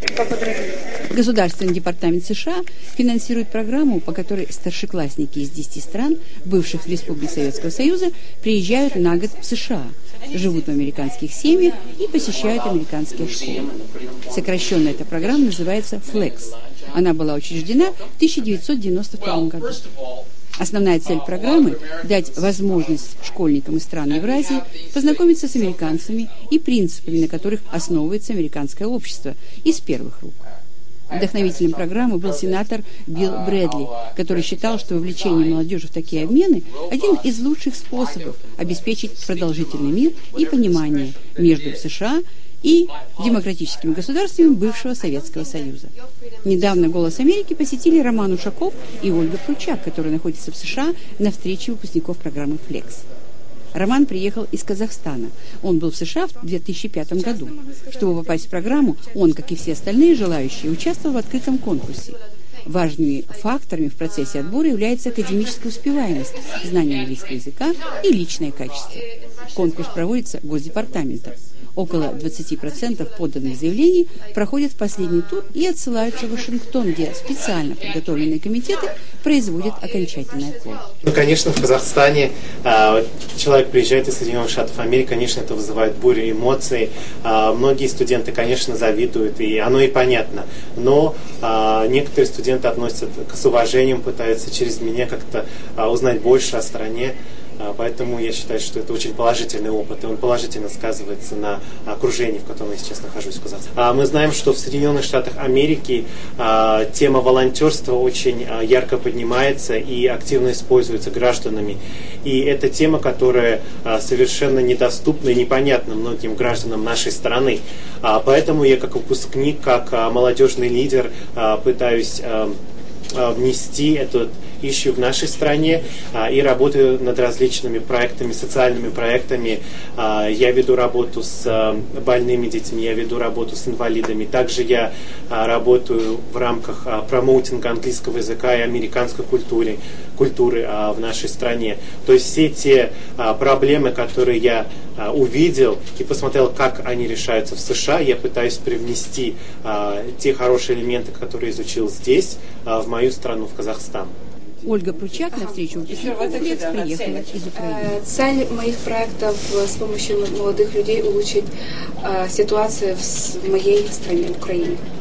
Государственный департамент США финансирует программу, по которой старшеклассники из 10 стран, бывших республик Советского Союза, приезжают на год в США, живут в американских семьях и посещают американские школы. Сокращенно эта программа называется FLEX. Она была учреждена в 1992 году. Основная цель программы – дать возможность школьникам из стран Евразии познакомиться с американцами и принципами, на которых основывается американское общество, из первых рук. Вдохновителем программы был сенатор Билл Брэдли, который считал, что вовлечение молодежи в такие обмены – один из лучших способов обеспечить продолжительный мир и понимание между США и демократическими государствами бывшего Советского Союза. Недавно «Голос Америки» посетили Роман Ушаков и Ольга Пручак, которые находятся в США на встрече выпускников программы «Флекс». Роман приехал из Казахстана. Он был в США в 2005 году. Чтобы попасть в программу, он, как и все остальные желающие, участвовал в открытом конкурсе. Важными факторами в процессе отбора является академическая успеваемость, знание английского языка и личное качество. Конкурс проводится Госдепартаментом. Около 20% поданных заявлений проходят в последний тур и отсылаются в Вашингтон, где специально подготовленные комитеты производят окончательный отбор. Конечно, в Казахстане человек приезжает из Соединенных Штатов Америки, конечно, это вызывает бурю эмоций. Многие студенты, конечно, завидуют, и оно и понятно. Но некоторые студенты относятся с уважением, пытаются через меня как-то узнать больше о стране. Поэтому я считаю, что это очень положительный опыт, и он положительно сказывается на окружении, в котором я сейчас нахожусь в Казахстане. Мы знаем, что в Соединенных Штатах Америки тема волонтерства очень ярко поднимается и активно используется гражданами. И это тема, которая совершенно недоступна и непонятна многим гражданам нашей страны. Поэтому я как выпускник, как молодежный лидер пытаюсь внести этот ищу в нашей стране и работаю над различными проектами, социальными проектами. Я веду работу с больными детьми, я веду работу с инвалидами. Также я работаю в рамках промоутинга английского языка и американской культуры в нашей стране. То есть все те проблемы, которые я увидел и посмотрел, как они решаются в США, я пытаюсь привнести те хорошие элементы, которые изучил здесь, в мою страну, в Казахстан. Ольга Пручак на встречу выпускников «Флекс» приехала из Украины. Цель моих проектов с помощью молодых людей улучшить ситуацию в моей стране, Украине.